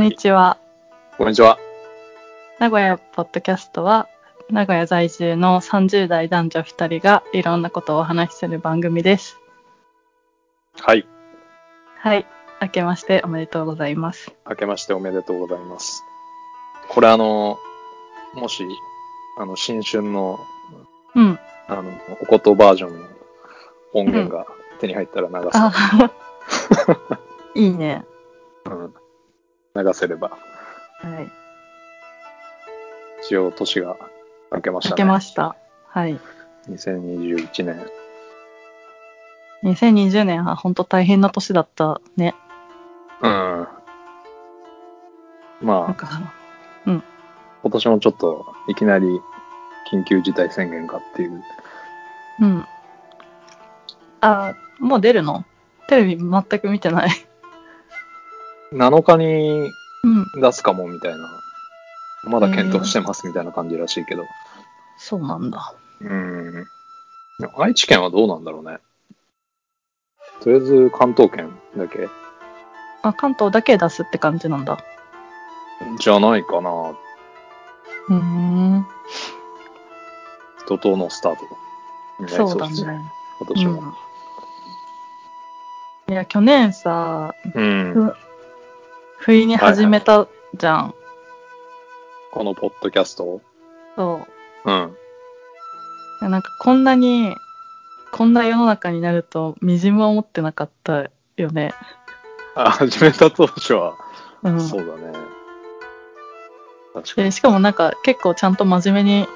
にちは。 こんにちは。 名古屋ポッドキャストは、名古屋在住の30代男女2人がいろんなことをお話しする番組です。 はい。 はい。明けましておめでとうございます。 明けましておめでとうございます。これもし、新春の、おことバージョンの音源が手に入ったら流す。 いいね。 流せれば。 はい。 一応年が明けましたね。 明けました。はい。 2021年。 2020年は本当大変な年だったね。 まあ、今年もちょっといきなり緊急事態宣言かっていう。 もう出るの？テレビ全く見てない。 7日に出すかもみたいな。まだ検討してますみたいな感じらしいけど。 そうなんだ。 愛知県はどうなんだろうね。とりあえず関東圏だけ。 関東だけ出すって感じなんだ。 じゃないかな。怒涛のスタートになりそうですね。今年も。 いや、去年さ、不意に始めたじゃん。 このポッドキャスト？ そう。なんかこんな世の中になるとみじんも思ってなかったよね。 始めた当初は、そうだね。 確かに。しかもなんか結構ちゃんと真面目に、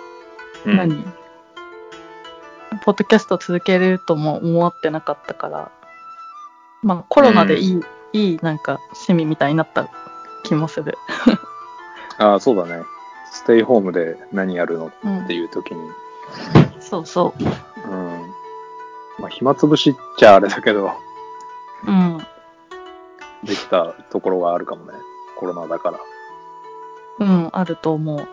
ポッドキャスト続けるとも思ってなかったから、まあコロナでいいなんか趣味みたいになった気もする。 そうだね。ステイホームで何やるのっていう時に。 そうそう。 まあ暇つぶしっちゃあれだけど。できたところがあるかもね。コロナだから。 あると思う。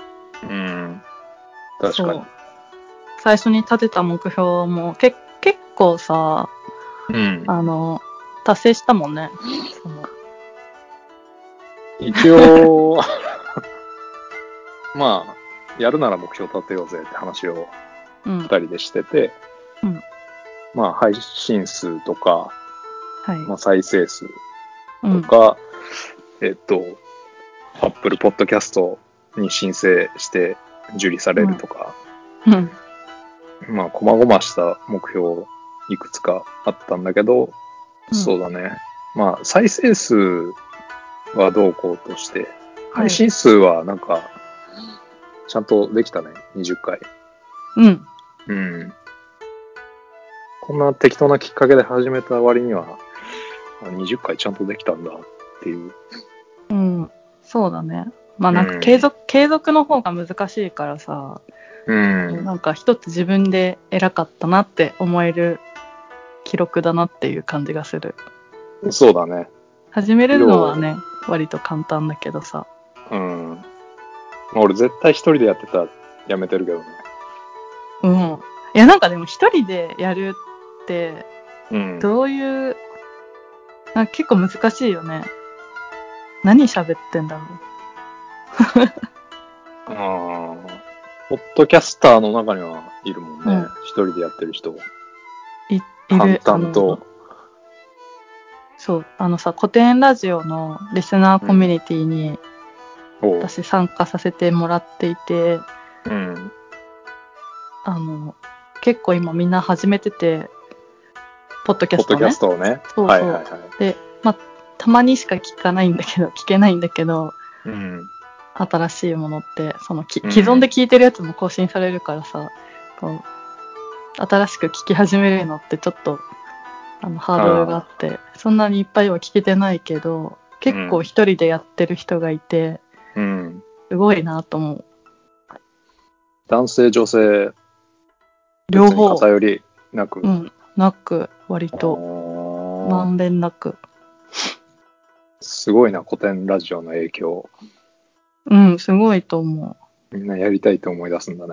確かに。 最初に立てた目標も結構さ、達成したもんね。 一応、まあ、やるなら目標立てようぜって話を2人でしてて、まあ、配信数とか、まあ、再生数とか、Apple Podcast に申請して受理されるとか、まあ、細々した目標いくつかあったんだけど、そうだね。まあ、再生数はどうこうとして、配信数はなんか、ちゃんとできたね。20回。こんな適当なきっかけで始めた割には、20回ちゃんとできたんだっていう。 そうだね。まあなんか継続の方が難しいからさ、なんか一つ自分で偉かったなって思える記録だなっていう感じがする。 そうだね。 始めるのはね、割と簡単だけどさ。 俺絶対一人でやってたらやめてるけどね。 いやなんかでも一人でやるって、どういう、なんか結構難しいよね。何喋ってんだろう。 ポッドキャスターの中にはいるもんね。一人でやってる人。 いる。 淡々と。 そう、古典ラジオのリスナーコミュニティに、私参加させてもらっていて、結構今みんな始めてて、ポッドキャストね。 ポッドキャストをね。 そう。で、まあ、たまにしか聞けないんだけど、新しいものって、既存で聞いてるやつも更新されるからさ、新しく聞き始めるのってちょっと、ハードルがあって、そんなにいっぱいは聞けてないけど、結構一人でやってる人がいて、すごいなと思う。 男性、女性、 両方。 偏りなく。 なく、割と、まんべんなく。 すごいな、古典ラジオの影響。 すごいと思う。みんなやりたいと思い出すんだね。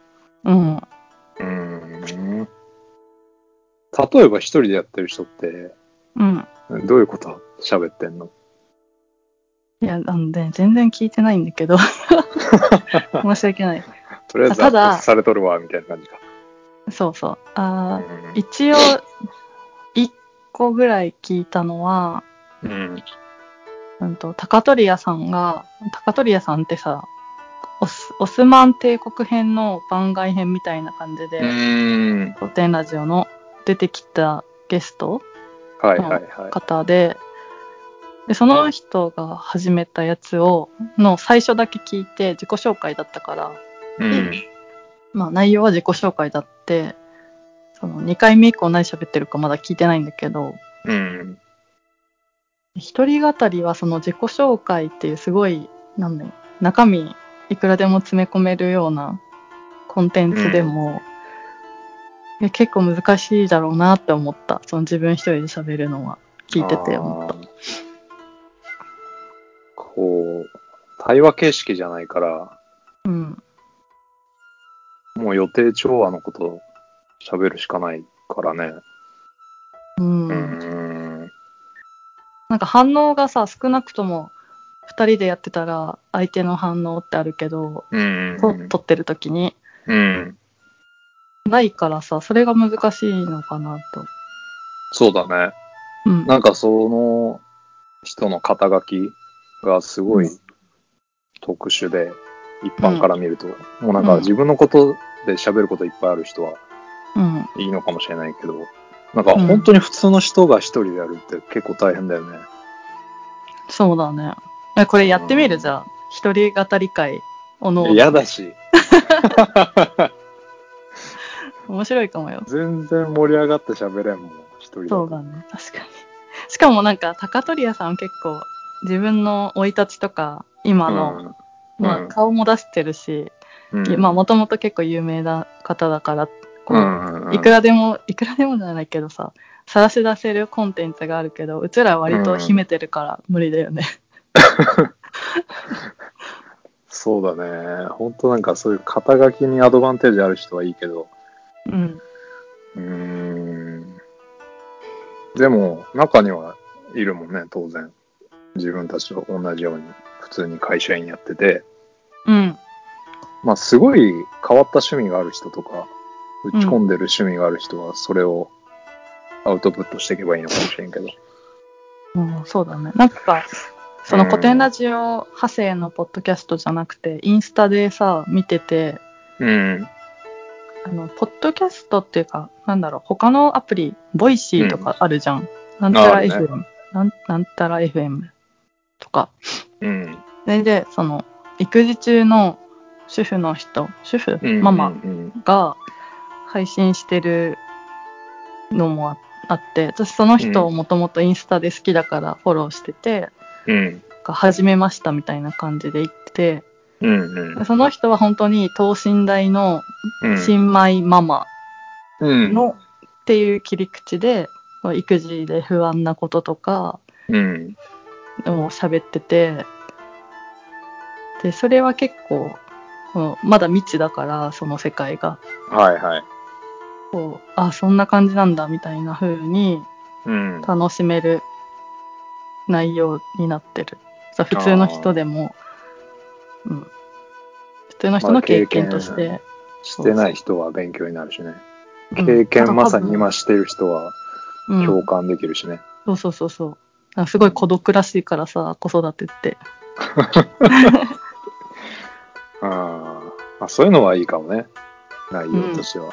例えば一人でやってる人って、どういうこと喋ってんの？ いや、なんで、全然聞いてないんだけど。申し訳ない。 とりあえずただ圧迫されとるわ、みたいな感じか。 そうそう。 一一応、一個ぐらい聞いたのは、高取屋さんってさ、オスマン帝国編の番外編みたいな感じで、古典ラジオの出てきたゲストの方で、その人が始めたやつの最初だけ聞いて自己紹介だったから、まあ内容は自己紹介だって、その2回目以降何喋ってるかまだ聞いてないんだけど、一人語りはその自己紹介っていうすごい、中身いくらでも詰め込めるようなコンテンツでも、結構難しいだろうなって思った。その自分一人で喋るのは聞いてて思った。 こう、対話形式じゃないから、もう予定調和のことを喋るしかないからね。 なんか反応がさ、少なくとも2人でやってたら相手の反応ってあるけど、撮ってる時に、ないからさ、それが難しいのかなと。 そうだね。なんかその人の肩書きがすごい特殊で、一般から見ると、もうなんか自分のことで喋ることいっぱいある人はいいのかもしれないけど、なんか本当に普通の人が一人でやるって結構大変だよね。 そうだね。これやってみるじゃん。一人語り会、 嫌だし。 面白いかもよ。 全然盛り上がって喋れんもん、一人だと。 そうだね、確かに。しかもなんか、高取屋さん結構、自分の生い立ちとか、今の、顔も出してるし、まあ、もともと結構有名な方だから、いくらでもじゃないけどさ、晒し出せるコンテンツがあるけど、うちらは割と秘めてるから無理だよね。 そうだね。本当なんかそういう肩書きにアドバンテージある人はいいけど。でも、中にはいるもんね、当然。自分たちと同じように、普通に会社員やってて。まあ、すごい変わった趣味がある人とか、打ち込んでる趣味がある人は、それをアウトプットしていけばいいのかもしれんけど。 そうだね。なんか、その古典ラジオ派生のポッドキャストじゃなくて、インスタでさ、見てて、ポッドキャストっていうか、他のアプリ、ボイシーとかあるじゃん。なんたら FM、なんたら FM とか。で、その、育児中の主婦、ママが配信してるのもあって、私その人をもともとインスタで好きだからフォローしてて、始めましたみたいな感じで言って、その人は本当に等身大の新米ママのっていう切り口で、育児で不安なこととかを喋ってて、でそれは結構まだ未知だから、その世界がそんな感じなんだみたいな風に楽しめる内容になってる。普通の人でも、普通の人の経験として、 してない人は勉強になるしね。経験まさに今してる人は共感できるしね。 そうすごい孤独らしいからさ、子育てって。 そういうのはいいかもね、内容としては。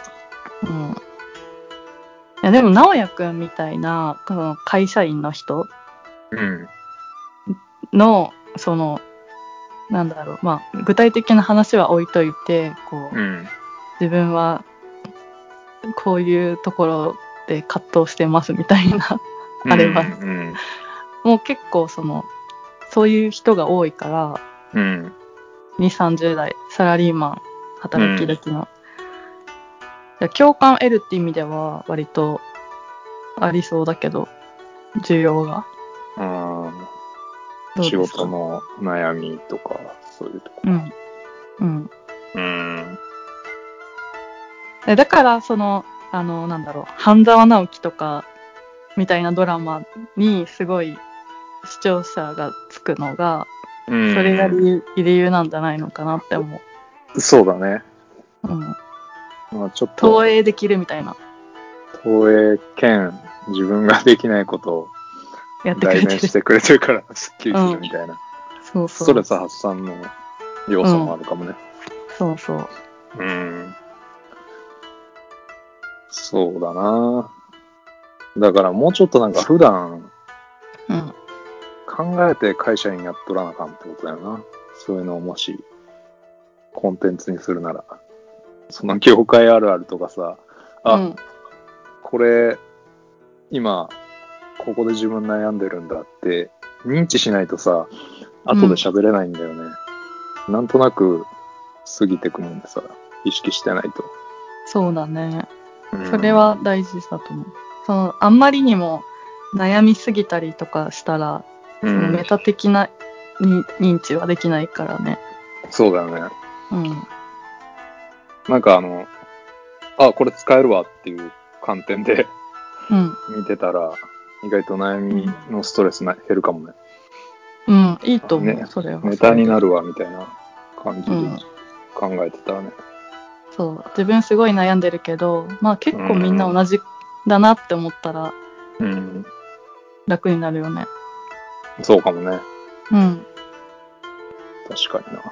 いやでも直哉くんみたいなこの会社員の人の、そのまあ具体的な話は置いといて、自分はこういうところで葛藤してますみたいなあれは、もう結構そういう人が多いから、2、30代サラリーマン働き時の、共感を得るって意味では割とありそうだけど、需要が。 仕事の悩みとかそういうとこ。 だから半沢直樹とかみたいなドラマにすごい視聴者がつくのが、 そそれが理由なんじゃないのかなって思う。そうだね。 う。 まあちょっと。 投影できるみたいな。 投影兼自分ができないことを代弁してくれてるからスッキリするみたいな。 そうそう。 ストレス発散の要素もあるかもね。 そうそう。 そうだな。だからもうちょっとなんか普段考えて会社員やっとらなあかんってことだよな。そういうのをもしコンテンツにするなら。その業界あるあるとかさ、これ今ここで自分悩んでるんだって認知しないとさ、後で喋れないんだよね。なんとなく過ぎてくもんでさ、意識してないと。 そうだね。それは大事だと思う。あんまりにも悩みすぎたりとかしたら、そのメタ的な認知はできないからね。 そうだよね。なんかこれ使えるわっていう観点で見てたら、意外と悩みのストレス減るかもね。 いいと思う、 ね、 それは。 ネタになるわみたいな感じで考えてたらね。 そう、自分すごい悩んでるけど、まあ結構みんな同じだなって思ったら、楽になるよね。 そうかもね。確かにな。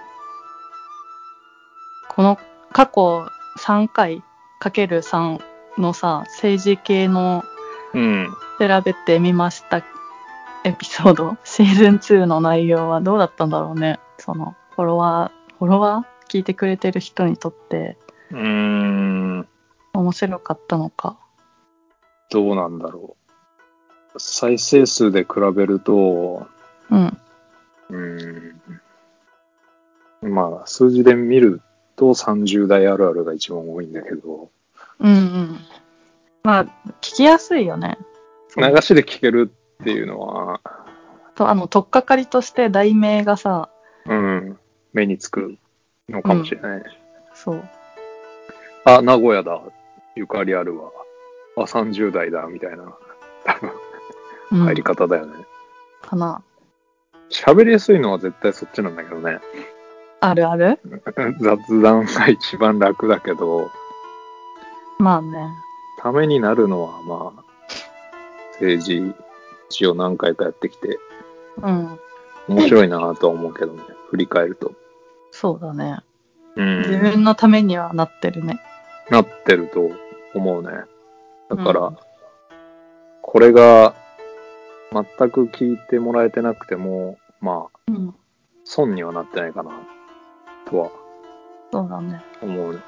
この過去3回 ×3 のさ、政治系の調べてみましたエピソード、シーズン2の内容はどうだったんだろうね。そのフォロワー聞いてくれてる人にとって面白かったのか。 どうなんだろう。再生数で比べると、まあ数字で見ると30代あるあるが一番多いんだけど。 まあ聞きやすいよね。 流しで聞けるっていうのは。 取っかかりとして題名がさ、 目につくのかもしれない。 そう。 あ、名古屋だ。ゆかりあるわ。あ、30代だ。みたいな。多分、入り方だよね。 かな。 喋りやすいのは絶対そっちなんだけどね。 あるある雑談が一番楽だけど。 まあね。 ためになるのは、まあ、政治史を何回かやってきて、面白いなとは思うけどね。振り返ると。 そうだね。自分のためにはなってるね。 なってると思うね。だから、これが全く聞いてもらえてなくても、まあ、損にはなってないかな、とは。 そうだね。 思うね。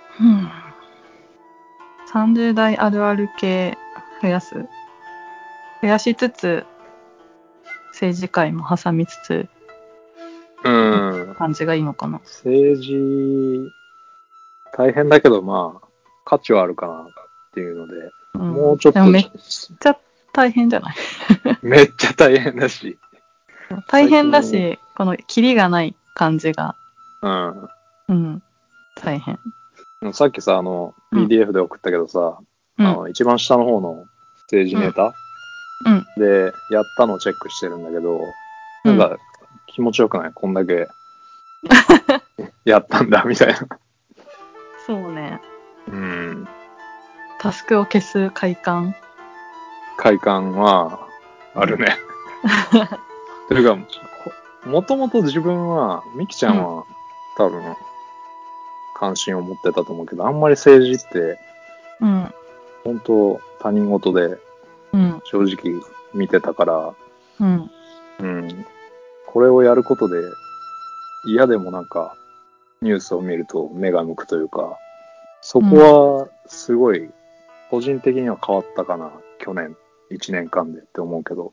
30代あるある系増やしつつ、政治界も挟みつつ、感じがいいのかな。 政治、大変だけど、まあ、価値はあるかなっていうので、もうちょっと。 めっちゃ大変じゃない？ めっちゃ大変だし。 大変だし、このキリがない感じが。大変。 さっきさ、PDF で送ったけどさ、一番下の方の政治ネタ、で、やったのをチェックしてるんだけど、なんか気持ちよくない？こんだけやったんだ、みたいな。 そうね。タスクを消す快感はあるね。というか、もともと自分は、みきちゃんは多分関心を持ってたと思うけど、あんまり政治って、本当他人事で正直見てたから、これをやることで嫌でもなんかニュースを見ると目が向くというか、そこはすごい個人的には変わったかな、去年1年間でって思うけど。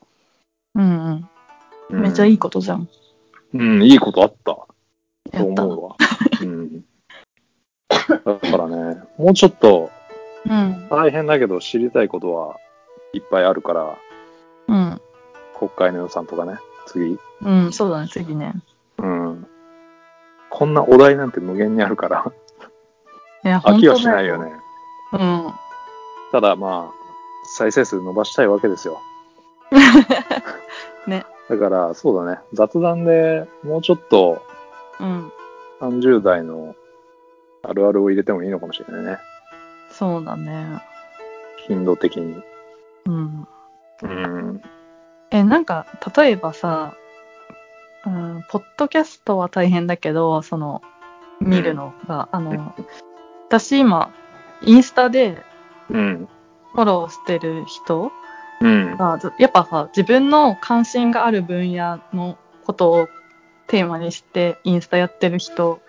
めっちゃいいことじゃん。 いいことあったと思うわ。だからね、もうちょっと大変だけど知りたいことはいっぱいあるから、国会の予算とかね、次。 そうだね、次ね。 こんなお題なんて無限にあるから飽きはしないよね。ただまあ、再生数伸ばしたいわけですよ。 ね。 だから、そうだね。雑談でもうちょっと30代のあるあるを入れてもいいのかもしれないね。 そうだね。 頻度的に。 うん。 うん。 なんか、例えばさ、ポッドキャストは大変だけど、見るのが、私今、インスタでフォローしてる人が、やっぱさ、自分の関心がある分野のことをテーマにしてインスタやってる人、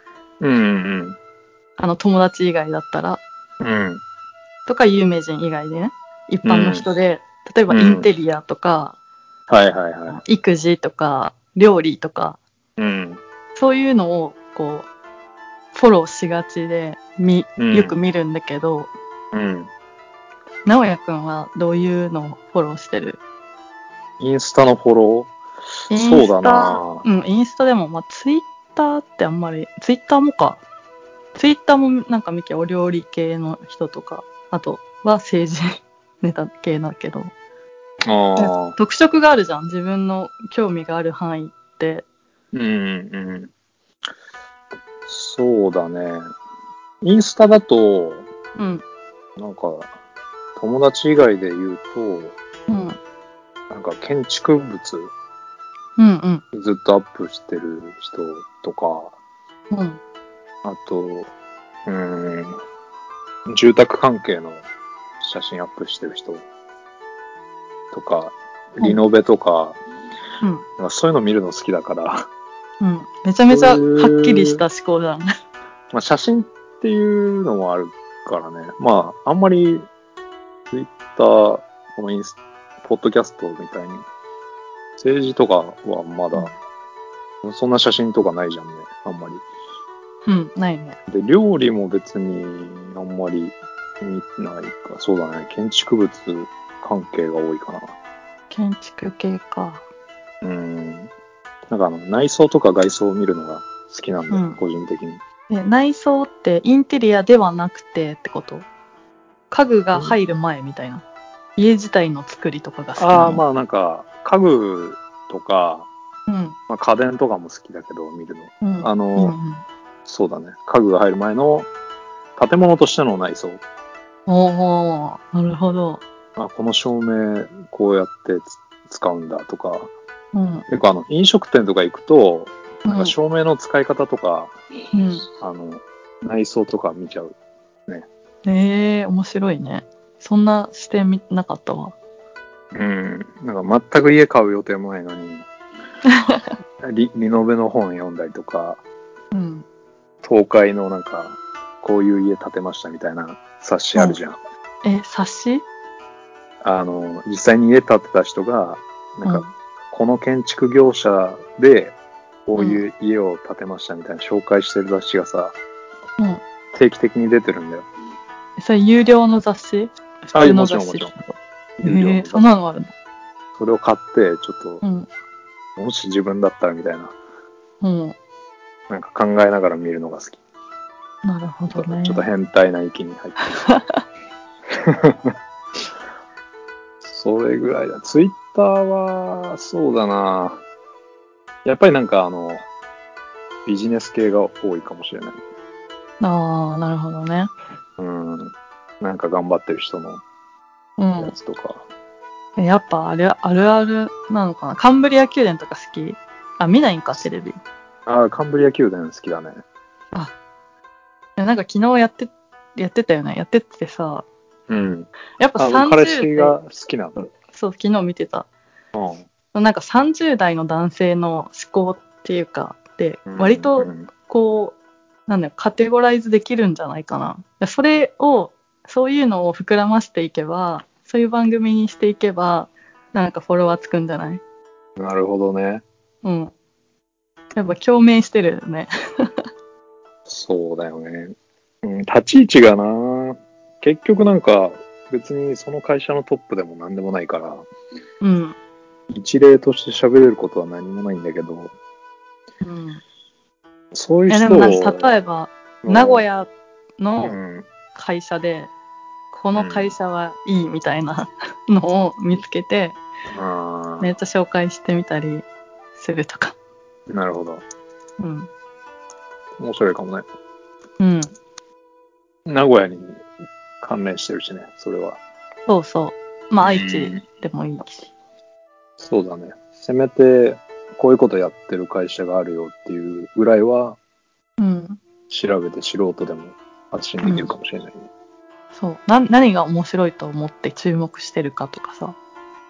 友達以外だったら、とか有名人以外でね、一般の人で、例えばインテリアとか、育児とか、料理とか、そういうのをこうフォローしがちでよく見るんだけど、直哉くんはどういうのをフォローしてる？ インスタのフォロー？そうだな。 インスタでも、ツイッターってあんまり、ツイッターもか。ツイッターもなんか見てお料理系の人とか、あとは政治ネタ系だけど。特色があるじゃん。自分の興味がある範囲って。 そうだね。インスタだと、なんか、友達以外で言うと、なんか建築物、ずっとアップしてる人とか、あと、住宅関係の写真アップしてる人とか、リノベとか、なんかそういうの見るの好きだから、 めちゃめちゃはっきりした思考だね。 写真っていうのもあるからね。あんまり Twitter、このポッドキャストみたいに、政治とかはまだ、そんな写真とかないじゃんね、あんまり。 ないね。 で、料理も別にあんまり見ないか。そうだね、建築物関係が多いかな。 建築系か。 なんか内装とか外装を見るのが好きなんだよ、個人的に。 内装ってインテリアではなくてってこと？家具が入る前みたいな。家自体の作りとかが好きなの？ なんか家具とか、家電とかも好きだけど見るの。そうだね。家具が入る前の建物としての内装。 なるほど。 この照明こうやって使うんだとか。結構飲食店とか行くと、なんか照明の使い方とか、内装とか見ちゃうね。 面白いね。そんな視点見なかったわ。 なんか全く家買う予定もないのに、リノベの本読んだりとか、東海のなんか、こういう家建てましたみたいな冊子あるじゃん。 冊子？ 実際に家建てた人が、なんか、この建築業者で、こういう家を建てましたみたいな紹介してる雑誌がさ、定期的に出てるんだよ。 それ有料の雑誌？普通の雑誌？ もちろん。 そんなのあるの？ それを買って、ちょっと、もし自分だったらみたいな、なんか考えながら見るのが好き。 なるほどね。 ちょっと変態な域に入ってる。それぐらいだ。ツイッターは、そうだな。やっぱりなんかビジネス系が多いかもしれない。 なるほどね。 なんか頑張ってる人のやつとか。 やっぱあるあるなのかな。カンブリア宮殿とか好き？見ないんか、テレビ。 カンブリア宮殿好きだね。 なんか昨日やってたよね。やっててさ。やっぱ 30代。彼氏が好きなんだ。 そう、昨日見てた。なんか30代の男性の思考っていうか、で、割と、こう、なんだよ、カテゴライズできるんじゃないかな。そういうのを膨らましていけば、そういう番組にしていけば、なんかフォロワーつくんじゃない？ なるほどね。 やっぱ共鳴してるよね。 そうだよね。立ち位置がな、結局なんか別にその会社のトップでも何でもないから、一例として喋れることは何もないんだけど、そういう人を。 でもなんか例えば、名古屋の会社で、この会社はいいみたいなのを見つけて、めっちゃ紹介してみたり。 するとか。 なるほど。 うん。 面白いかもね。 うん。 名古屋に関連してるしね、それは。 そうそう。まあ、愛知でもいいし。 そうだね。せめて、こういうことやってる会社があるよっていうぐらいは、 うん。 調べて素人でも発信できるかもしれないね。 そう。何が面白いと思って注目してるかとかさ。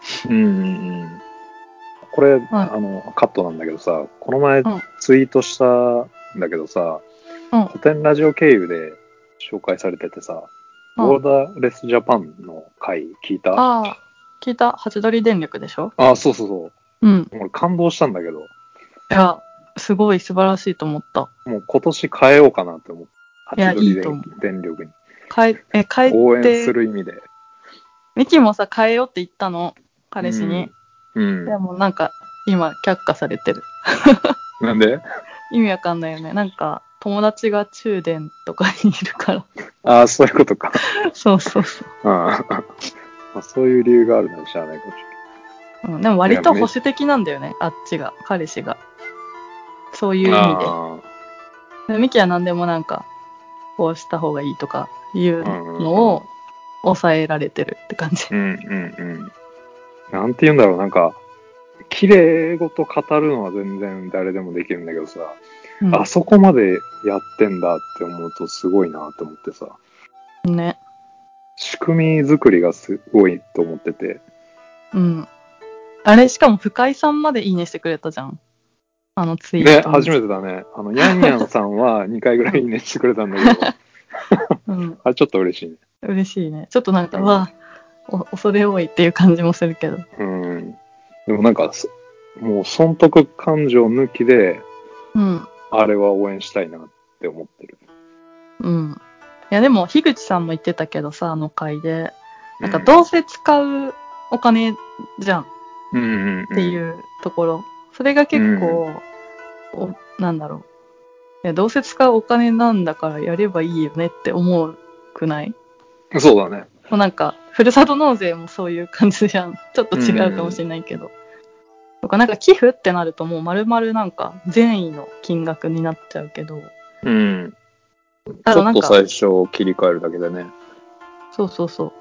これ、カットなんだけどさ、この前ツイートしたんだけどさ、古典ラジオ経由で紹介されててさ、ボーダーレスジャパンの回聞いた？ ああ、聞いた。ハチドリ電力でしょ？ ああ、そうそうそう。 うん。 俺感動したんだけど。 いや、すごい素晴らしいと思った。 もう今年変えようかなって思った。ハチドリいや、いいと思う。 電力に。 変えて。 応援する意味で。 ミキもさ、変えようって言ったの。彼氏に。 うん。 でもなんか、今、却下されてる。 なんで？ 意味わかんないよね。なんか、友達が中電とかにいるから。 ああ、そういうことか。 そうそうそう。 まあ、そういう理由があるのにしゃあないかもしれない。 でも割と保守的なんだよね、あっちが、彼氏が。そういう意味で。ミキは何でもなんか、こうした方がいいとかいうのを抑えられてるって感じ。 なんて言うんだろう、なんか、綺麗事語るのは全然誰でもできるんだけどさ、あそこまでやってんだって思うとすごいなって思ってさ。 ね。 仕組み作りがすごいと思ってて。 うん。あれ、しかも深井さんまでいいねしてくれたじゃん。ツイート。 ね、初めてだね。ヤンヤンさんは2回ぐらいいいねしてくれたんだけど。あれちょっと嬉しいね。 嬉しいね。ちょっとなんか、恐れ多いっていう感じもするけど。 でもなんか、もう損得感情抜きで、あれは応援したいなって思ってる。 いやでも、樋口さんも言ってたけどさ、回で。なんか、どうせ使うお金じゃん。っていうところ。それが結構、なんだろう。いや、どうせ使うお金なんだからやればいいよねって思うくない？ そうだね。 なんか、ふるさと納税もそういう感じじゃん。ちょっと違うかもしれないけど。とか、なんか寄付ってなるともう丸々なんか善意の金額になっちゃうけど。 ちょっと最初切り替えるだけでね。 そうそうそう。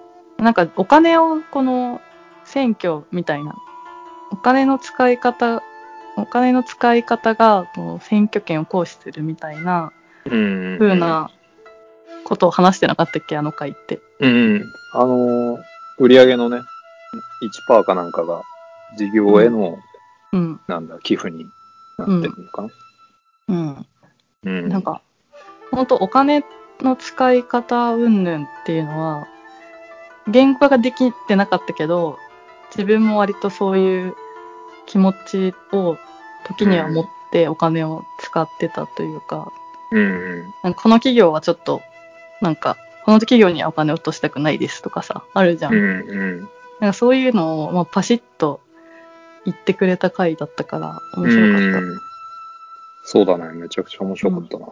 なんかお金をこの選挙みたいな。お金の使い方がこの選挙権を行使するみたいな風なことを話してなかったっけ、回って。 売り上げのね、1% かなんかが事業への、寄付になってるのかな。 なんか、本当お金の使い方云々っていうのは、言語化ができてなかったけど、自分も割とそういう気持ちを時には持ってお金を使ってたというか、なんかこの企業はちょっと、なんか、この企業にはお金を落としたくないですとかさ、あるじゃん。なんかそういうのを、パシッと言ってくれた回だったから面白かった。 そうだね、めちゃくちゃ面白かったな。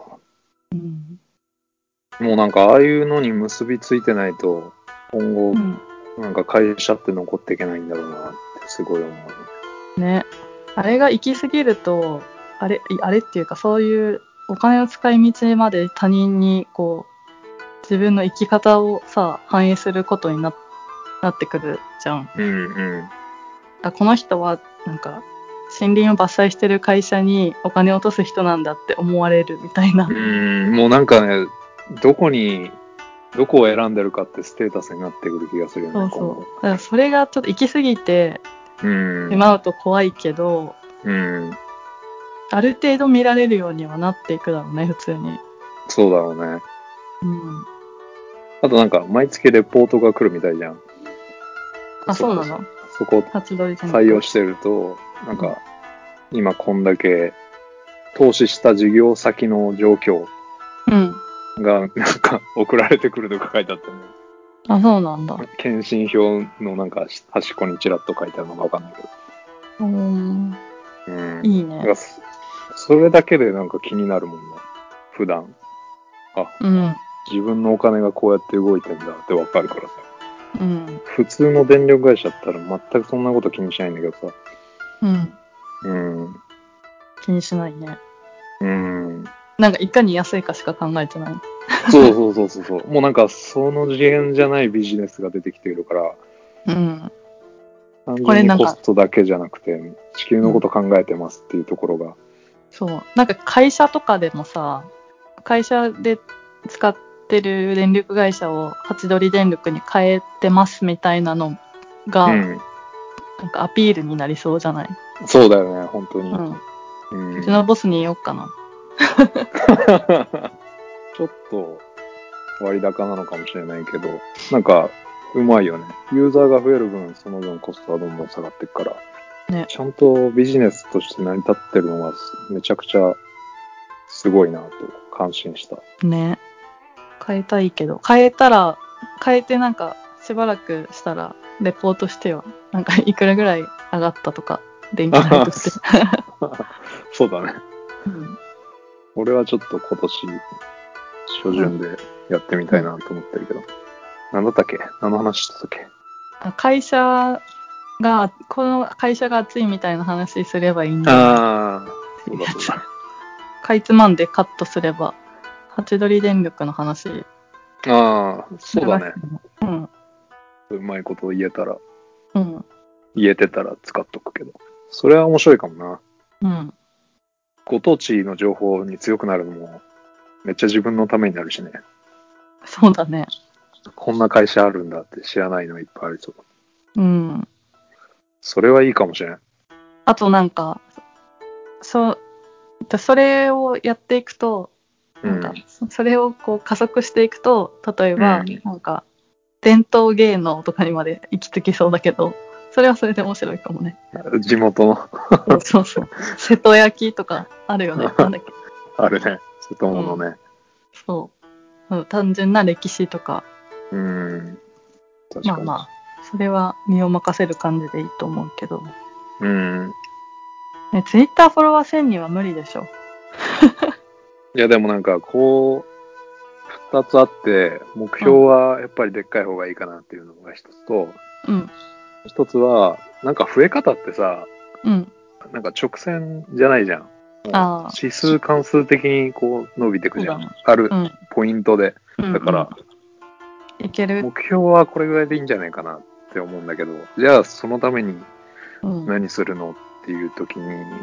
もうなんかああいうのに結びついてないと、今後、なんか会社って残っていけないんだろうなってすごい思うね。あれが行き過ぎると、あれっていうかそういうお金の使い道まで他人にこう、自分の生き方をさ、反映することになってくるじゃん。この人はなんか森林を伐採してる会社にお金を落とす人なんだって思われるみたいな。 もうなんかね、どこを選んでるかってステータスになってくる気がするよね。 そう。だからそれがちょっと行き過ぎてしまうと怖いけど、ある程度見られるようにはなっていくだろうね、普通に。 そうだろうね。あとなんか、毎月レポートが来るみたいじゃん。 そうなの？ そこ採用してると、なんか、今こんだけ投資した事業先の状況がなんか送られてくるとか書いてあったね。 そうなんだ。 検診票のなんか端っこにちらっと書いてあるのかわかんないけど。いいね。 それだけでなんか気になるもんね。普段。自分のお金がこうやって動いてんだってわかるからさ。普通の電力会社だったら全くそんなこと気にしないんだけどさ。 気にしないね。 なんかいかに安いかしか考えてない。 そう。もうなんかその次元じゃないビジネスが出てきているから、単純にコストだけじゃなくて、地球のこと考えてますっていうところが。 そう。なんか会社とかでもさ、会社で使ってる電力会社をハチドリ電力に変えてますみたいなのが、なんかアピールになりそうじゃない？ そうだよね、本当に。 うちのボスに言おうかな。 ちょっと割高なのかもしれないけど、なんかうまいよね。ユーザーが増える分、その分コストはどんどん下がっていくから、ね、ちゃんとビジネスとして成り立ってるのはめちゃくちゃすごいなと感心した。 ね。変えたいけど、変えてなんかしばらくしたらレポートしてよ。なんかいくらぐらい上がったとか、電気代として。 そうだね。俺はちょっと今年初旬でやってみたいなと思ってるけど。なんだったっけ？何の話してたっけ？ この会社が熱いみたいな話すればいいんじゃない？そうだ。かいつまんでカットすれば、ハチドリ電力の話。 そうだね。うまいこと言えてたら使っとくけど。それは面白いかもな。ご当地の情報に強くなるのも、めっちゃ自分のためになるしね。 そうだね。 こんな会社あるんだって知らないのいっぱいありそう。それはいいかもしれん。 あとなんか、それをやっていくと、なんか、それをこう加速していくと、例えば、なんか、伝統芸能とかにまで行き着きそうだけど、それはそれで面白いかもね。 地元の。 そう。瀬戸焼とかあるよね。なんだっけ。 あるね。瀬戸物ね。 そう。単純な歴史とか。 確かに。 まあ、それは身を任せる感じでいいと思うけど。ね、ツイッターフォロワー1000人は無理でしょ。 いや、でもなんか、こう、2つあって、目標はやっぱりでっかい方がいいかなっていうのが一つと、一つは、なんか増え方ってさ、なんか直線じゃないじゃん。指数関数的にこう伸びてくじゃん。あるポイントで。だから、目標はこれぐらいでいいんじゃないかなって思うんだけど、じゃあそのために何するのっていう時に、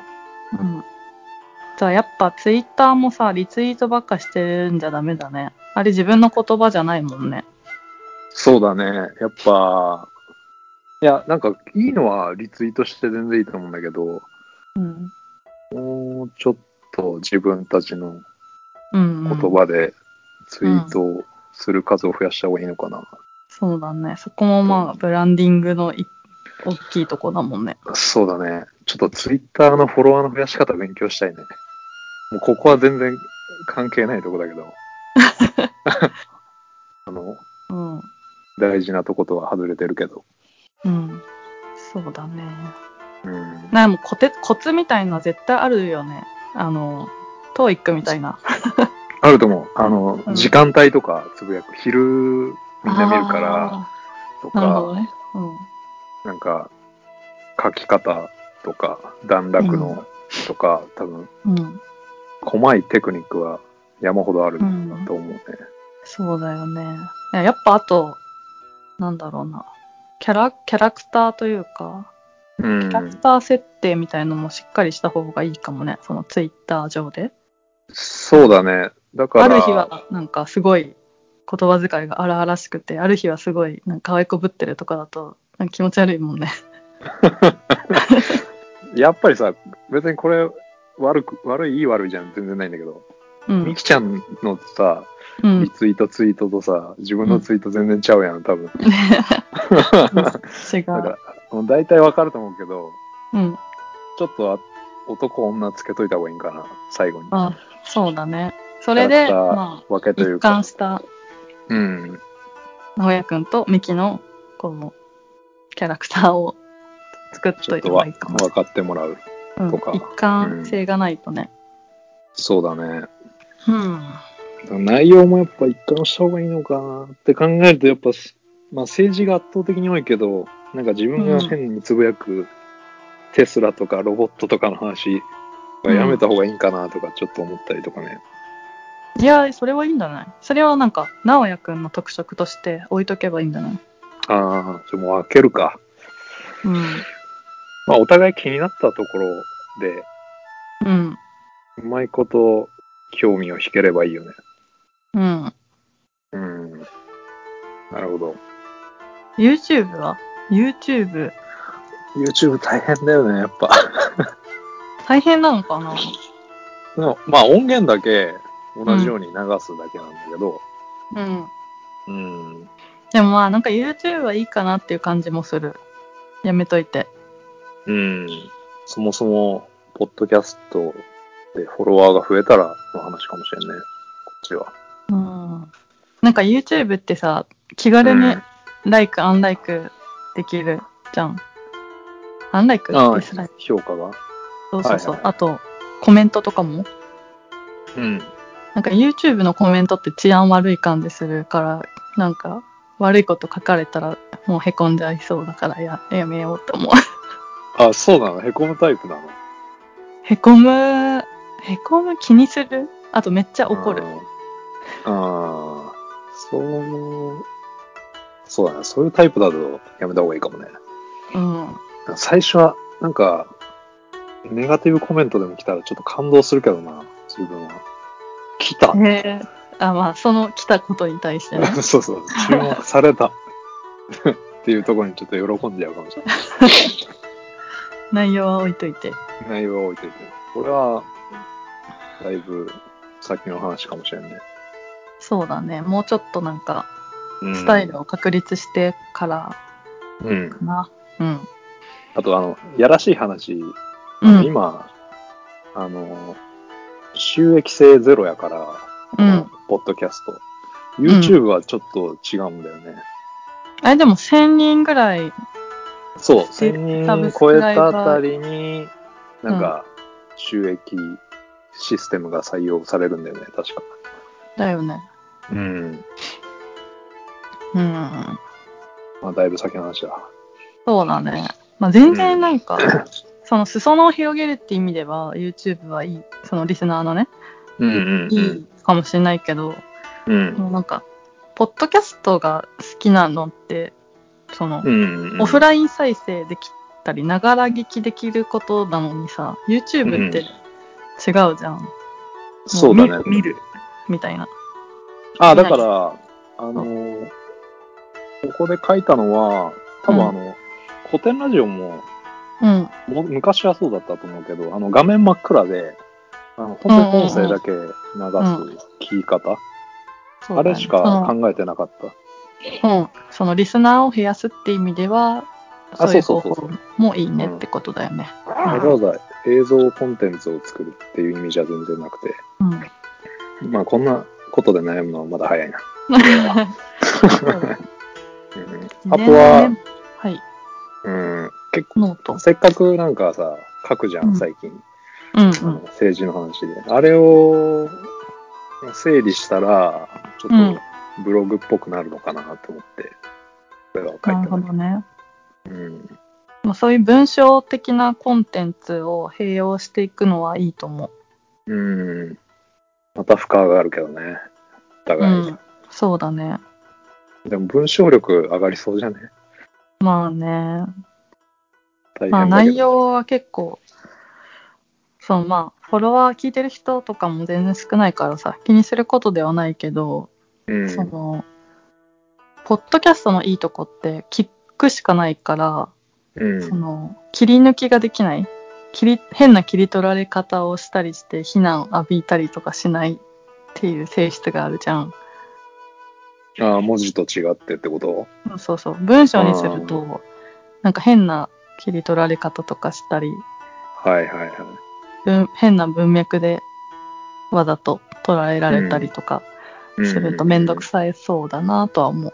じゃあやっぱツイッターもさ、リツイートばっかしてるんじゃダメだね。あれ自分の言葉じゃないもんね。 そうだね。やっぱ、いや、なんかいいのはリツイートして全然いいと思うんだけど、もうちょっと自分たちの言葉でツイートをする数を増やした方がいいのかな。 そうだね。そこもまあブランディングの大きいとこだもんね。 そうだね。ちょっとツイッターのフォロワーの増やし方勉強したいね。もうここは全然関係ないとこだけど。大事なとことは外れてるけど。 そうだね。なんかもうコツみたいな絶対あるよね。TOEIC みたいな。 あると思う。時間帯とかつぶやく。昼みんな見るからとか。 なるほどね。 なんか書き方とか段落のとか、多分、細いテクニックは山ほどあるんだと思うね。 そうだよね。やっぱあと、なんだろうな。キャラクターというか、キャラクター設定みたいのもしっかりした方がいいかもね。そのツイッター上で。 そうだね。だから。 ある日はなんかすごい言葉遣いが荒々しくて、ある日はすごいなんか可愛いこぶってるとかだとなんか気持ち悪いもんね。 やっぱりさ、別にこれいい悪いじゃん全然ないんだけど、みきちゃんのさ、リツイートとさ、自分のツイート全然ちゃうやん、多分。 違う。 だから、大体わかると思うけど、ちょっと男女つけといた方がいいんかな、最後に。 そうだね。それで、まあ、一貫した、直哉くんとミキの、この、キャラクターを作っといた方がいいかも。 分かってもらうとか。 一貫性がないとね。 そうだね。内容もやっぱ一貫した方がいいのかなって考えると、やっぱ、まあ政治が圧倒的に多いけど、なんか自分が変につぶやくテスラとかロボットとかの話やめた方がいいんかなとかちょっと思ったりとかね。 いや、それはいいんじゃない？それはなんか、直哉くんの特色として置いとけばいいんじゃない？ ああ、もう分けるか。 うん。 まあ、お互い気になったところで、 うん。 うまいこと興味を引ければいいよね。 うん。 うん。なるほど。 YouTube は？ YouTube。 YouTube 大変だよね、やっぱ。 大変なのかな？ でもまあ音源だけ同じよううに流すだけなんだけど、 ん。うん。 うん。 でもまあなんか YouTube はいいかなっていう感じもする。やめといて。 うん。そもそも、ポッドキャストでフォロワーが増えたらの話かもしれんね。こっちは。 うん。なんか YouTube ってさ、気軽に like、アンライクできるじゃん。アンライクデああ、 ィスライク。 評価が。 そうそうそう。 はいはいはい。 あと、コメントとかも。 うん。 なんか YouTube のコメントって治安悪い感じするから、なんか悪いこと書かれたらもうへこんじゃいそうだからやめようと思う。 あ、そうなの？へこむタイプなの？ へこむ、へこむ気にする？あとめっちゃ怒る。 ああ、そうだね。そういうタイプだとやめた方がいいかもね。 うん。 最初は、なんか、ネガティブコメントでも来たらちょっと感動するけどな、自分は。来た。 へえ。あ、まあ、その来たことに対してね。 そうそう、注目されたっていうところにちょっと喜んじゃうかもしれない。 内容は置いといて。 内容は置いといて。これは、だいぶ先の話かもしれんね。 そうだね。もうちょっとなんか、 うん。 スタイルを確立してからうん。 かな。うん。 あと、やらしい話、 うん。 今、収益性ゼロやから、このポッドキャスト。YouTube はちょっと違うんだよね。 あれでも1000人ぐらい、 そう、1000人サブス超えたあクライバー。 たりに、なんか、収益システムが採用されるんだよね、確か。 だよね。 うん。 うん。 まあ、だいぶ先の話だ。 そうだね。まあ、全然なんか、その裾野を広げるって意味では YouTube はいい。そのリスナーのね、いいかもしれないけど、もうなんか、ポッドキャストが好きなのって、その、オフライン再生できたり、ながら聞きできることなのにさ、YouTube って違うじゃん。 そうだね。 見るみたいな。 あ、だから、ここで書いたのは、多分古典ラジオも、昔はそうだったと思うけど、画面真っ暗で、本当に音声だけ流す聞き方、あれしか考えてなかった。 うん。そのリスナーを増やすって意味では、そういう方法もいいねってことだよね。 わざわざ映像コンテンツを作るっていう意味じゃ全然なくて、まあこんなことで悩むのはまだ早いな。あとは、 はい。 結構、せっかくなんかさ、書くじゃん、最近。政治の話で。あれを整理したら、ちょっとブログっぽくなるのかなと思って、これは書いた。 なるほどね。そういう文章的なコンテンツを併用していくのはいいと思う。また負荷があるけどね。お互い。 そうだね。 でも文章力上がりそうじゃね？ まあね。 大変だけど。 まあ内容は結構、フォロワー聞いてる人とかも全然少ないからさ、気にすることではないけど、その、ポッドキャストのいいとこって聞くしかないから、その、切り抜きができない。変な切り取られ方をしたりして非難を浴びたりとかしないっていう性質があるじゃん。 ああ、文字と違ってってこと？ そうそう。文章にすると、なんか変な切り取られ方とかしたり、変な文脈でわざと捉えられたりとかするとめんどくさいそうだなとは思う。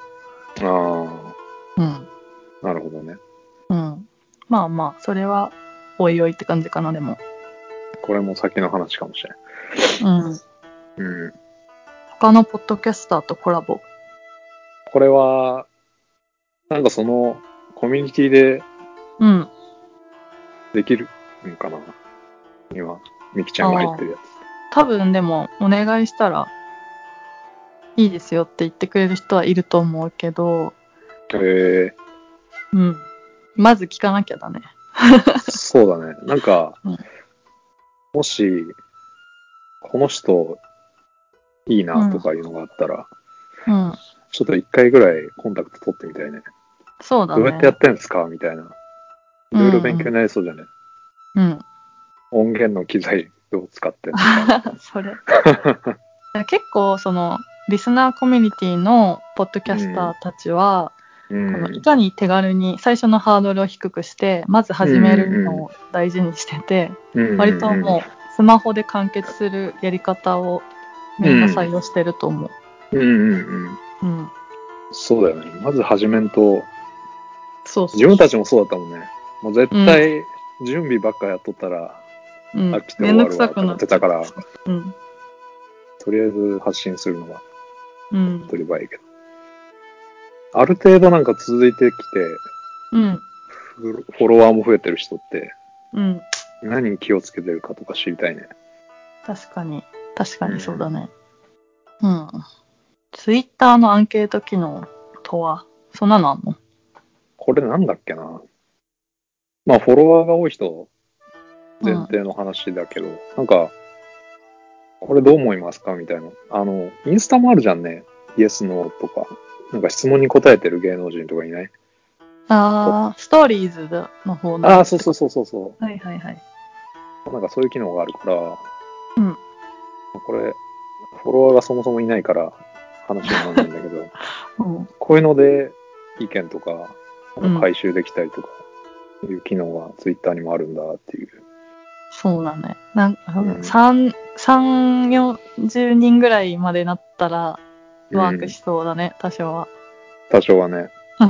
なるほどね。 まあまあ、それはおいおいって感じかな、でも。 これも先の話かもしれん。 他のポッドキャスターとコラボ。 これは、なんかそのコミュニティでできるんかな、今。 ミキちゃんが入ってるやつ。 多分でも、お願いしたら、いいですよって言ってくれる人はいると思うけど、うん。まず聞かなきゃだね。 そうだね。なんか、 うん、 もし、この人、いいなとかいうのがあったら、 うん。 ちょっと一回ぐらいコンタクト取ってみたいね。 そうだね。 どうやってやってんですかみたいな。いろいろ勉強になりそうじゃね。 うん。 音源の機材どう使ってんのか。 それ。結構、リスナーコミュニティのポッドキャスターたちは、いかに手軽に最初のハードルを低くして、まず始めるのを大事にしてて、割ともうスマホで完結するやり方をみんな採用してると思う。 そうだよね。まず始めんと、 そう自分たちもそうだったもんね。もう絶対準備ばっかやっとったら、飽きて終わるわと思ってたから、とりあえず発信するのが手っ取り早いけど。ある程度なんか続いてきて、フォロワーも増えてる人って、何に気をつけてるかとか知りたいね。 確かにそうだね。ツイッターのアンケート機能とは、そんなのあんの？ これなんだっけな。まあ、フォロワーが多い人前提の話だけど、なんか、これどう思いますかみたいな。インスタもあるじゃんね。イエス、ノーとか。なんか質問に答えてる芸能人とかいない？ ストーリーズの方の。 そう。 はいはいはい。 なんかそういう機能があるから、これ、フォロワーがそもそもいないから話にならないんだけど、こういうので意見とか、回収できたりとか、いう機能がツイッターにもあるんだっていう。 そうだね。3、40人ぐらいまでなったら、ワークしそうだね、多少は。 多少はね。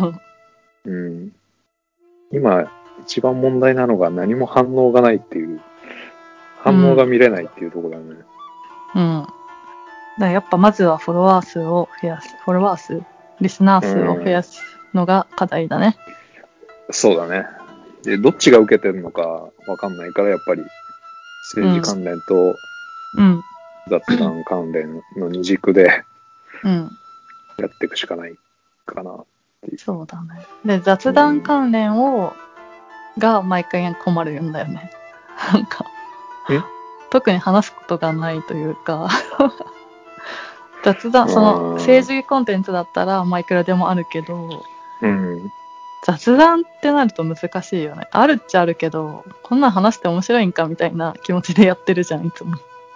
今、一番問題なのが何も反応がないっていう、反応が見れないっていうところだよね。 だからやっぱまずはフォロワー数を増やす。フォロワー数リスナー数を増やすのが課題だね。 そうだね。で、どっちが受けてるのかわかんないから、やっぱり政治関連と雑談関連の二軸でやっていくしかないかなっていう。 そうだね。で、雑談関連が毎回困るんだよね。なんか、特に話すことがないというか雑談、政治コンテンツだったらいくらでもあるけど、雑談ってなると難しいよね。あるっちゃあるけど、こんなん話して面白いんかみたいな気持ちでやってるじゃん、いつも。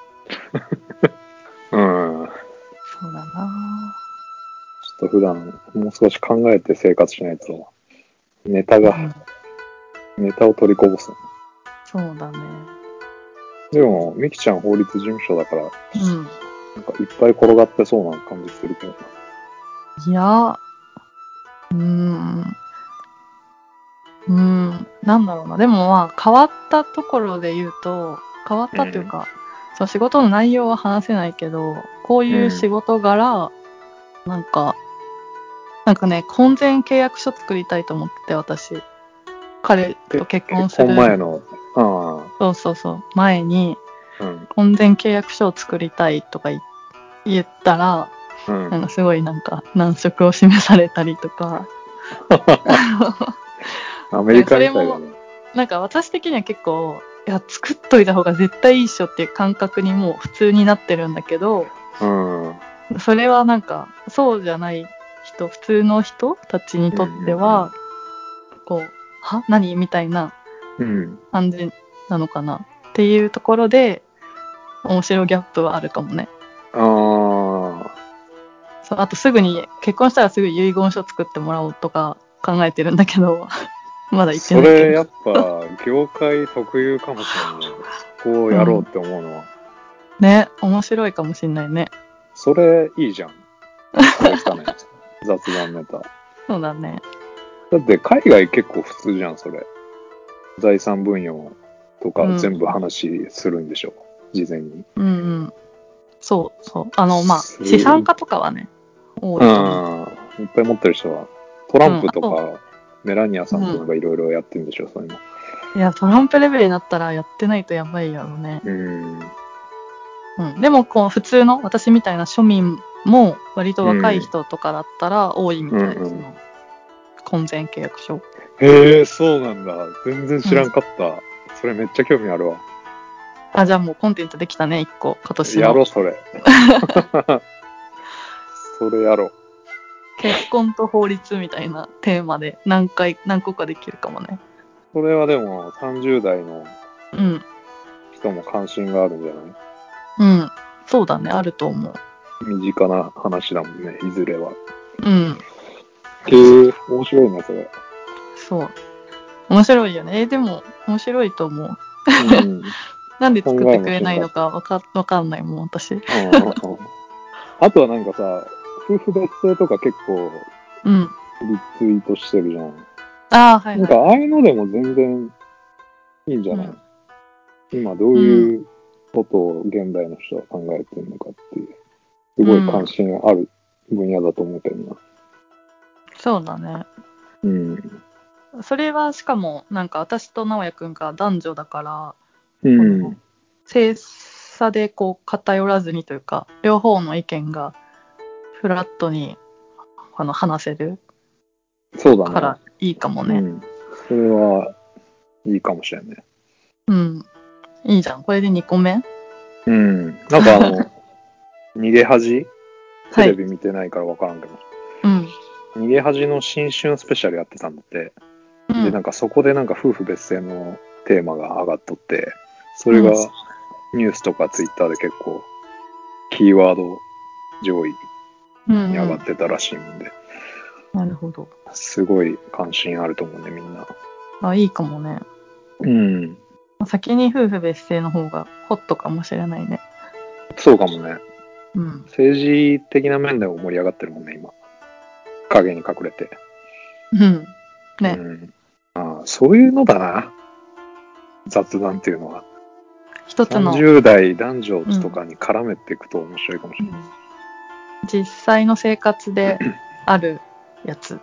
そうだな。 ちょっと普段もう少し考えて生活しないと、ネタを取りこぼす。 そうだね。でも、ミキちゃん法律事務所だから、なんかいっぱい転がってそうな感じするけど。 いや、なんだろうな。でも変わったところで言うと、変わったっていうか、仕事の内容は話せないけど、こういう仕事柄、なんかね、婚前契約書作りたいと思ってて、私。彼と結婚する。 前の。 そう。前に、婚前契約書を作りたいとか言ったら、なんかすごい難色を示されたりとか。 アメリカみたいだね。 なんか私的には結構、いや、作っといた方が絶対いいっしょっていう感覚にもう普通になってるんだけど、それはなんか、そうじゃない人、普通の人たちにとっては、何みたいな感じなのかなっていうところで、面白いギャップはあるかもね。あと結婚したらすぐ遺言書作ってもらおうとか考えてるんだけど、まだ言ってないけど。 それやっぱ業界特有かもしれないね。こうやろうって思うのは。 ね、面白いかもしんないね。 それいいじゃん。できたね。雑談ネタ。 そうだね。 だって海外結構普通じゃん、それ。財産分与とか全部話するんでしょ、事前に。 そう。資産家とかはね、多いと思う。いっぱい持ってる人は。トランプとか、メラニアさんとかがいろいろやってるんでしょ、そういうの。 いや、トランプレベルになったらやってないとやばいやろね。でも、こう、普通の私みたいな庶民も割と若い人とかだったら多いみたいです、婚前契約書。 へえ、そうなんだ。全然知らんかった。それめっちゃ興味あるわ。 じゃあもうコンテンツできたね、1個、今年の。 やろ、それ。それやろ。 結婚と法律みたいなテーマで何個かできるかもね。 それはでも30代の人も関心があるんじゃない？ そうだね、あると思う。 身近な話だもんね、いずれは。 面白いな、それ。 そう。面白いよね。でも、面白いと思う。なんで作ってくれないのかわかんないもん、私。 あとはなんかさ、夫婦別姓とか結構、リツイートしてるじゃん。なんか、ああいうのでも全然いいんじゃない？今どういうことを現代の人は考えてるのかっていう、すごい関心ある分野だと思うけどな。そうだね。それはしかも、なんか私と直哉くんが男女だから、性差でこう偏らずにというか、両方の意見がフラットに話せるからいいかもね。 それはいいかもしれんね。 いいじゃん。これで2個目？ なんか逃げ恥テレビ見てないから分からんけど、逃げ恥の新春スペシャルやってたんだって。で、なんかそこでなんか夫婦別姓のテーマが上がっとって、それがニュースとかツイッターで結構キーワード上位に上がってたらしいんで、 なるほど。 すごい関心あると思うね、みんな。 いいかもね。先に夫婦別姓の方がホットかもしれないね。 そうかもね。政治的な面でも盛り上がってるもんね、今。影に隠れて。ね。そういうのだな。雑談っていうのは。一つの30代男女とかに絡めていくと面白いかもしれない。 実際の生活であるやつ。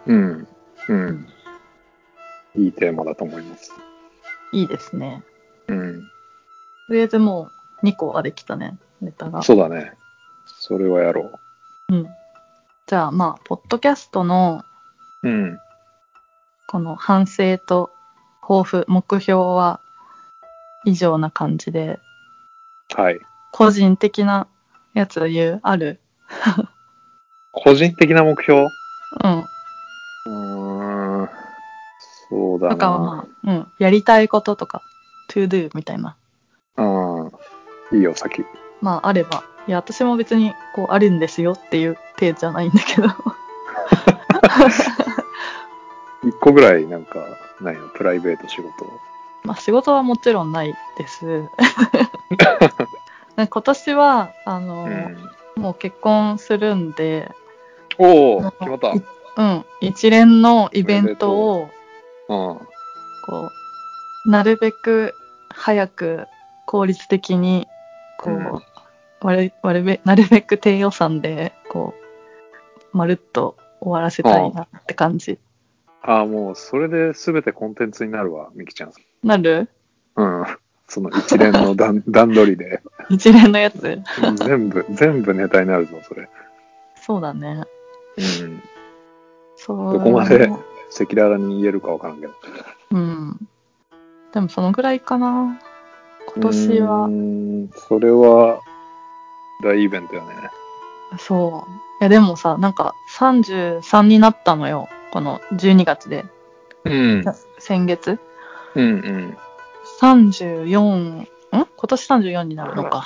いいテーマだと思います。 いいですね。とりあえずもう2個はできたね、ネタが。 そうだね。それはやろう。じゃあまあ、ポッドキャストの、この反省と抱負、目標は以上な感じで。個人的なやつある？ 個人的な目標？そうだな。 とかはまあ、やりたいこととか、to do みたいな。 いいよ、先。 まあ、あれば。いや、私も別に、こう、あるんですよっていう程度じゃないんだけど。 一個ぐらい、なんか、ないの？プライベート仕事。 まあ、仕事はもちろんないです。今年は、もう結婚するんで、 決まった。 一連のイベントを、こう、なるべく早く効率的に、こう、なるべく低予算で、こう、まるっと終わらせたいなって感じ。 もう、それで全てコンテンツになるわ、みきちゃん。 なる？ その一連の段取りで。 一連のやつ全部ネタになるぞ、それ。 そうだね。 どこまで赤裸々に言えるかわからんけど。 でもそのぐらいかな。今年は。 それは、大イベントよね。 そう。いやでもさ、なんか33になったのよ。この12月で。先月。34、今年34になるのか。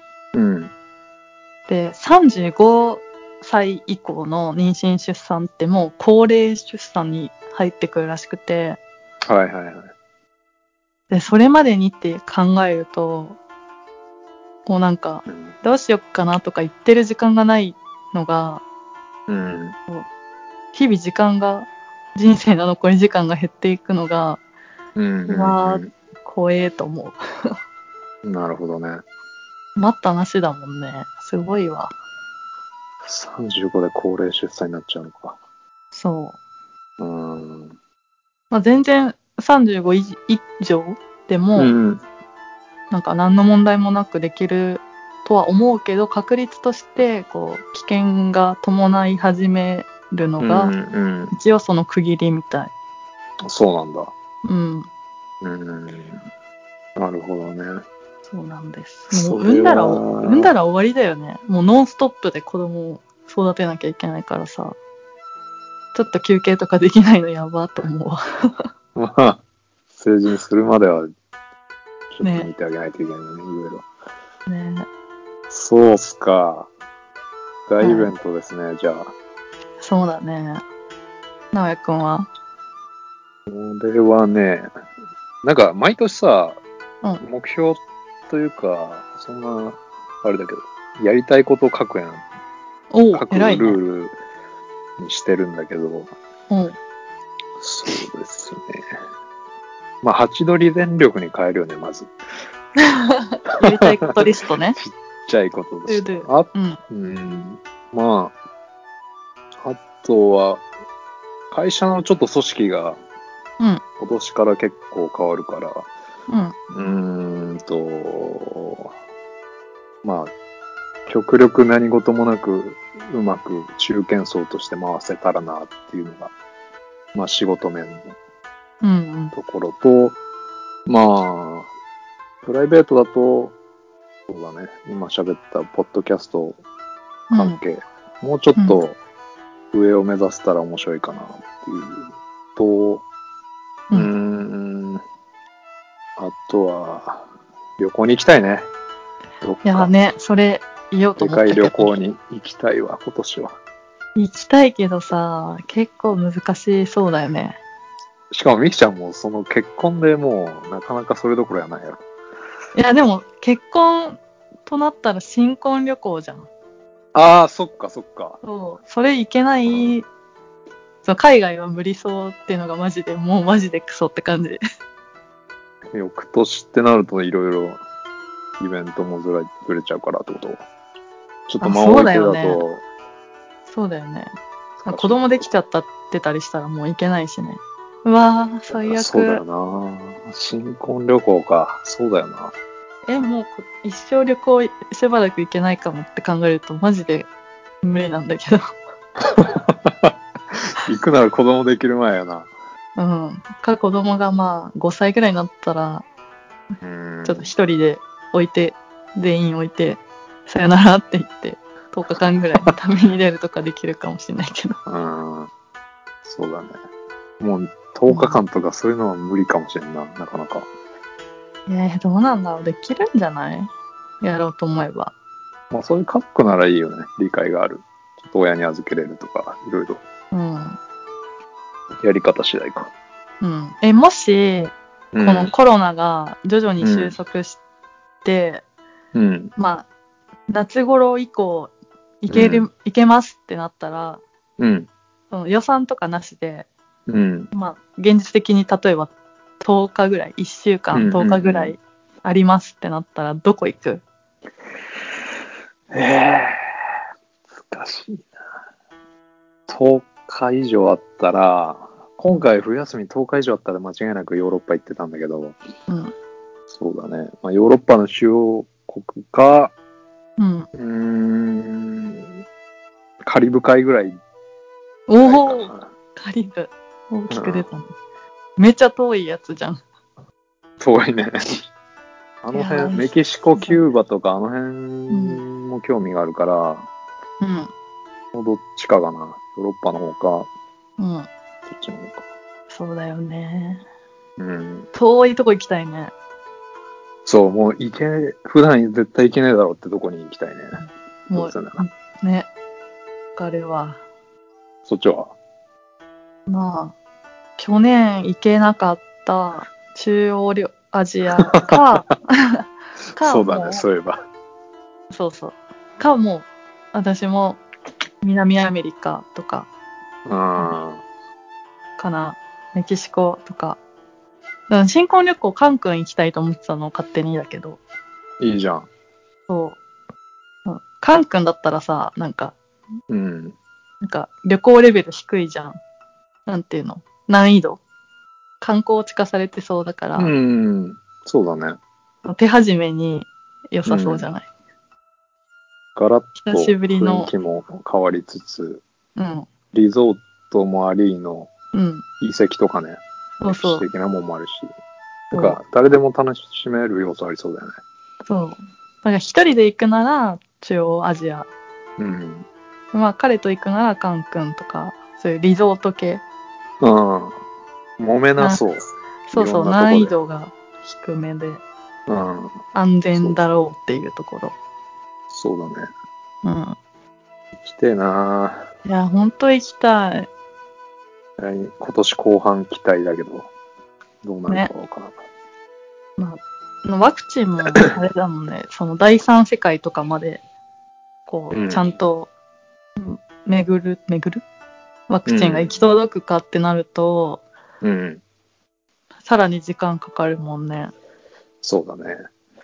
で、35歳以降の妊娠出産ってもう高齢出産に入ってくるらしくて。で、それまでにって考えると、もうなんか、どうしよっかなとか言ってる時間がないのが、日々人生の残り時間が減っていくのが、怖えと思う。なるほどね。 待ったなしだもんね。すごいわ。 35で高齢出産になっちゃうのか。 そう。まあ、全然 35以上でも、なんか何の問題もなくできるとは思うけど、確率としてこう危険が伴い始めるのが、一応その区切りみたい。 そうなんだ。 うん。 なるほどね。 そうなんです。もう産んだら終わりだよね。もうノンストップで子供を育てなきゃいけないからさ。ちょっと休憩とかできないのやばと思うわ。 まあ、成人するまでは、ちょっと見てあげないといけないよね、いろいろ。ね。そうっすか。大イベントですね、じゃあ。そうだね。直哉くんは？ 俺はね、なんか毎年さ、目標というか、そんな、あれだけど、やりたいことを書くやん。書くルールにしてるんだけど、そうですね。まあ、ハチドリ全力に変えるよね、まず。 やりたいことリストね。 ちっちゃいことです。まあ、あとは、会社のちょっと組織が、今年から結構変わるから、まあ、極力何事もなく、うまく中堅層として回せたらなっていうのが、まあ仕事面のところと、まあ、プライベートだと、そうだね、今喋ったポッドキャスト関係、もうちょっと上を目指せたら面白いかなっていうと、あとは、旅行に行きたいね。 いやね、それ言おうと思ったけど。 世界旅行に行きたいわ、今年は。 行きたいけどさ、結構難しそうだよね。 しかもみきちゃんもその結婚でもうなかなかそれどころやないよ。 いやでも結婚となったら新婚旅行じゃん。 ああ、そっかそっか。 そう、それいけない、その海外は無理そうっていうのがマジで、もうマジでクソって感じ。 翌年ってなるといろいろイベントもずれちゃうからってこと？ちょっと間置いてだと。 そうだよね。子供できちゃったってたりしたらもういけないしね。うわー、最悪。 そうだよな。新婚旅行か。そうだよな。 もう一生旅行しばらく行けないかもって考えるとマジで無理なんだけど。 行くなら子供できる前やな。 子供がまあ5歳ぐらいになったら、ちょっと一人で全員置いて、さよならって言って、10日間ぐらい旅に出るとかできるかもしれないけど。 そうだね。もう10日間とかそういうのは無理かもしれんな、なかなか。 どうなんだろう。できるんじゃない？やろうと思えば。 まあそういう家族ならいいよね。理解がある。ちょっと親に預けれるとか、いろいろ。やり方次第か。 もし、このコロナが徐々に収束して、まあ、夏頃以降、行けますってなったら、その予算とかなしで、まあ、現実的に例えば10日ぐらい、1週間10日ぐらいありますってなったら、どこ行く？ 難しいな。10日以上あったら、今回冬休み10日以上あったら間違いなくヨーロッパ行ってたんだけど、そうだね。まあ、ヨーロッパの主要国か、カリブ海ぐらい。 おお、カリブ。大きく出たね。めっちゃ遠いやつじゃん。 遠いね。あの辺、メキシコ、キューバとかあの辺も興味があるから、もうどっちかがな。ヨーロッパの方か、そっちの方か。 そうだよね。遠いとこ行きたいね。 そう、もう普段絶対行けないだろうってとこに行きたいね。 もう、ね。あれは。 そっちは？ まあ、去年行けなかった中央アジアか、 そうだね、そういえば。 そうそう。かも、私も南アメリカとか、かな。メキシコとか。だから新婚旅行カンクン行きたいと思ってたの、勝手にだけど。 いいじゃん。 そう。カンクンだったらさ、なんか旅行レベル低いじゃん。なんていうの？難易度観光地化されてそうだから、 そうだね。 手始めに良さそうじゃない？ ガラッと久しぶりの雰囲気も変わりつつ、 うん。 リゾートもありのうん。 遺跡とかね、 そうそう歴史的なもんもあるし、 そうなんか誰でも楽しめる要素ありそうだよね。 そう。だから一人で行くなら中央アジア。 うん。 まあ彼と行くならカンクンとか、そういうリゾート系。 うん。揉めなそう。 そうそう、難易度が低めで、 うん。 安全だろうっていうところ。 そうだね。 うん。 行きてえなぁ。 いや、ほんと行きたい。 今年後半期待だけど、どうなるかわからん。 まあ、ワクチンもあれだもんね、その第三世界とかまで、こう、ちゃんと巡るワクチンが行き届くかってなると、さらに時間かかるもんね。 そうだね。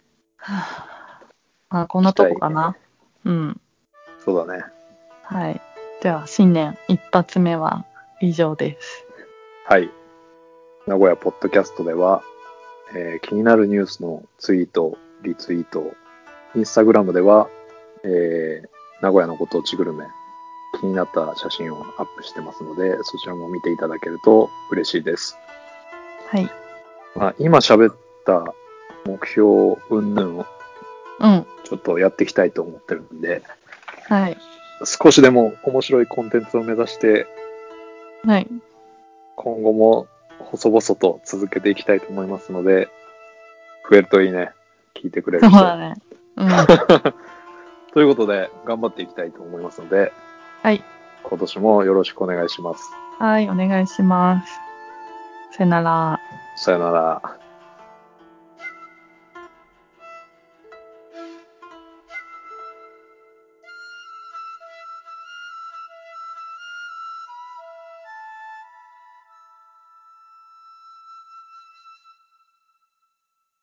あ、こんなとこかな。うん。 そうだね。 はい。では、新年一発目は以上です。 はい。名古屋ポッドキャストでは、気になるニュースのツイート、リツイート、インスタグラムでは、名古屋のご当地グルメ、気になった写真をアップしてますので、そちらも見ていただけると嬉しいです。 はい。 まあ、今喋った目標云々をちょっとやっていきたいと思ってるんで、 はい。 少しでも面白いコンテンツを目指して、 はい。 今後も細々と続けていきたいと思いますので、増えるといいね。聞いてくれる人。 そうだね。うん。 ということで、頑張っていきたいと思いますので、 はい。 今年もよろしくお願いします。 はい、お願いします。さよなら。 さよなら。